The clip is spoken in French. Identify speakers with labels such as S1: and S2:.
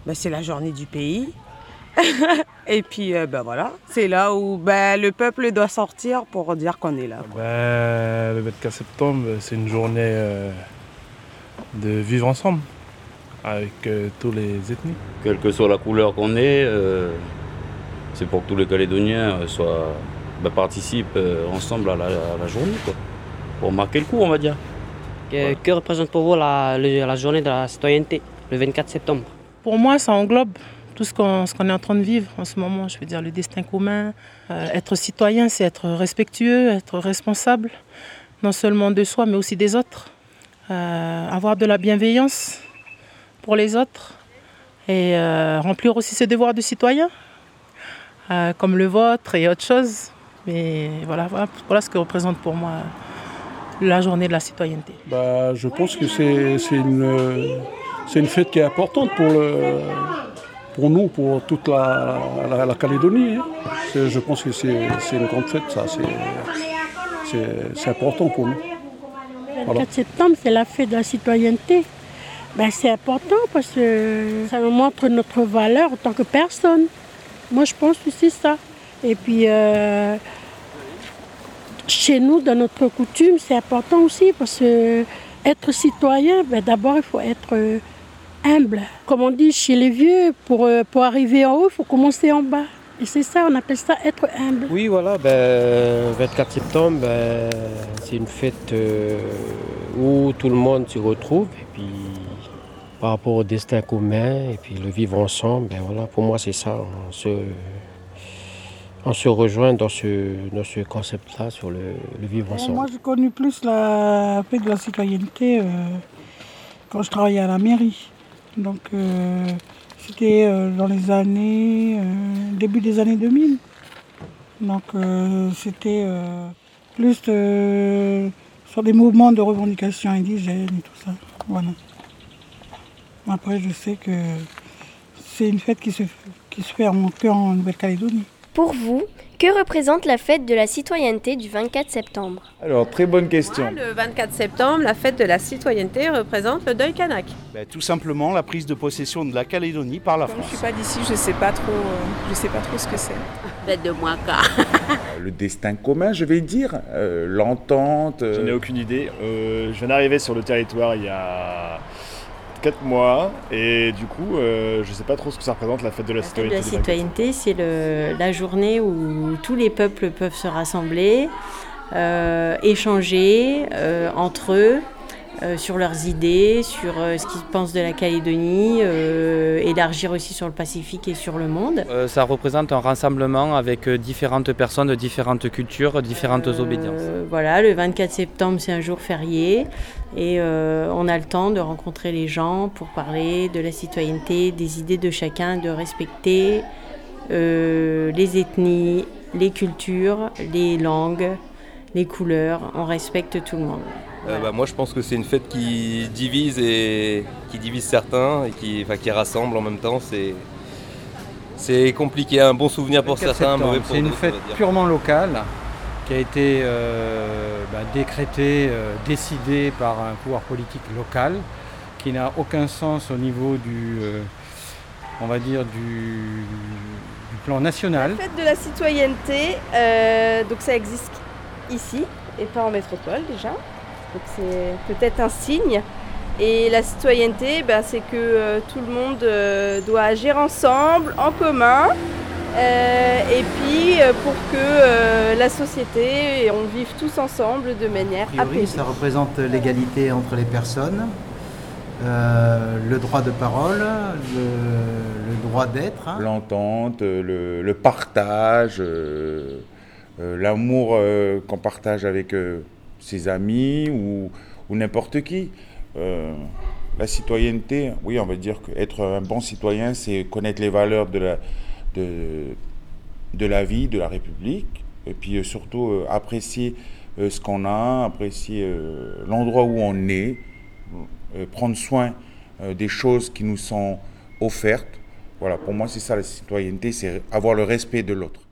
S1: c'est la journée du pays. Et puis voilà, c'est là où le peuple doit sortir pour dire qu'on est là.
S2: Le 24 septembre, c'est une journée de vivre ensemble avec tous les ethnies.
S3: Quelle que soit la couleur qu'on ait, c'est pour que tous les Calédoniens participent ensemble à la journée, quoi, pour marquer le coup, on va dire.
S4: Que représente pour vous la journée de la citoyenneté, le 24 septembre?
S5: Pour moi, ça englobe tout ce qu'on est en train de vivre en ce moment. Je veux dire, le destin commun. Être citoyen, c'est être respectueux, être responsable, non seulement de soi, mais aussi des autres. Avoir de la bienveillance pour les autres et remplir aussi ses devoirs de citoyen, comme le vôtre et autre chose. Mais voilà ce que représente pour moi la journée de la citoyenneté.
S6: Je pense que c'est une fête qui est importante pour nous, pour toute la Calédonie. Je pense que c'est une grande fête, ça. C'est important pour nous.
S7: Le 24 septembre, c'est la fête de la citoyenneté. C'est important parce que ça nous montre notre valeur en tant que personne. Moi, je pense que c'est ça. Et puis, chez nous, dans notre coutume, c'est important aussi parce que être citoyen, d'abord, il faut être humble. Comme on dit chez les vieux, pour arriver en haut, il faut commencer en bas. Et c'est ça, on appelle ça être humble.
S4: Oui, voilà, 24 septembre, c'est une fête où tout le monde se retrouve. Et puis, par rapport au destin commun, et puis le vivre ensemble, pour moi, c'est ça. On se rejoint dans ce concept-là sur le vivre ensemble.
S8: Moi, j'ai connu plus la fête de la citoyenneté quand je travaillais à la mairie. Donc, c'était dans les années, début des années 2000. Donc, c'était plus sur des mouvements de revendication indigène et tout ça. Voilà. Après, je sais que c'est une fête qui se fait en Nouvelle-Calédonie.
S9: Pour vous, que représente la fête de la citoyenneté du 24 septembre?
S10: Alors, très bonne question.
S11: Le 24 septembre, la fête de la citoyenneté représente le deuil kanak.
S12: Tout simplement la prise de possession de la Calédonie par la France.
S13: Je ne suis pas d'ici, je ne sais pas trop ce que c'est.
S14: Fête de Mwaka.
S10: Le destin commun, je vais dire, l'entente.
S15: Je n'ai aucune idée. Je viens d'arriver sur le territoire il y a 4 mois et du coup je ne sais pas trop ce que ça représente la fête de la citoyenneté.
S16: La fête de la citoyenneté, c'est la journée où tous les peuples peuvent se rassembler, échanger entre eux sur leurs idées, sur ce qu'ils pensent de la Calédonie, élargir aussi sur le Pacifique et sur le monde.
S17: Ça représente un rassemblement avec différentes personnes de différentes cultures, différentes obédiences.
S16: Voilà, le 24 septembre, c'est un jour férié et on a le temps de rencontrer les gens pour parler de la citoyenneté, des idées de chacun, de respecter les ethnies, les cultures, les langues, les couleurs. On respecte tout le monde.
S18: Moi je pense que c'est une fête qui divise certains et qui rassemble en même temps. C'est compliqué, un bon souvenir pour certains, un mauvais pour
S19: d'autres. C'est une fête purement locale qui a été décrétée, décidée par un pouvoir politique local qui n'a aucun sens au niveau du plan national.
S20: La fête de la citoyenneté, donc ça existe ici et pas en métropole déjà. Donc c'est peut-être un signe. Et la citoyenneté, c'est que tout le monde doit agir ensemble, en commun, et puis pour que la société, on vive tous ensemble de manière apaisée.
S6: Ça représente l'égalité entre les personnes, le droit de parole, le droit d'être.
S10: L'entente, le partage, l'amour qu'on partage avec ses amis ou n'importe qui. La citoyenneté, oui, on va dire qu'être un bon citoyen, c'est connaître les valeurs de la vie, de la République, et puis surtout apprécier ce qu'on a, apprécier l'endroit où on est, prendre soin des choses qui nous sont offertes. Voilà, pour moi, c'est ça la citoyenneté, c'est avoir le respect de l'autre.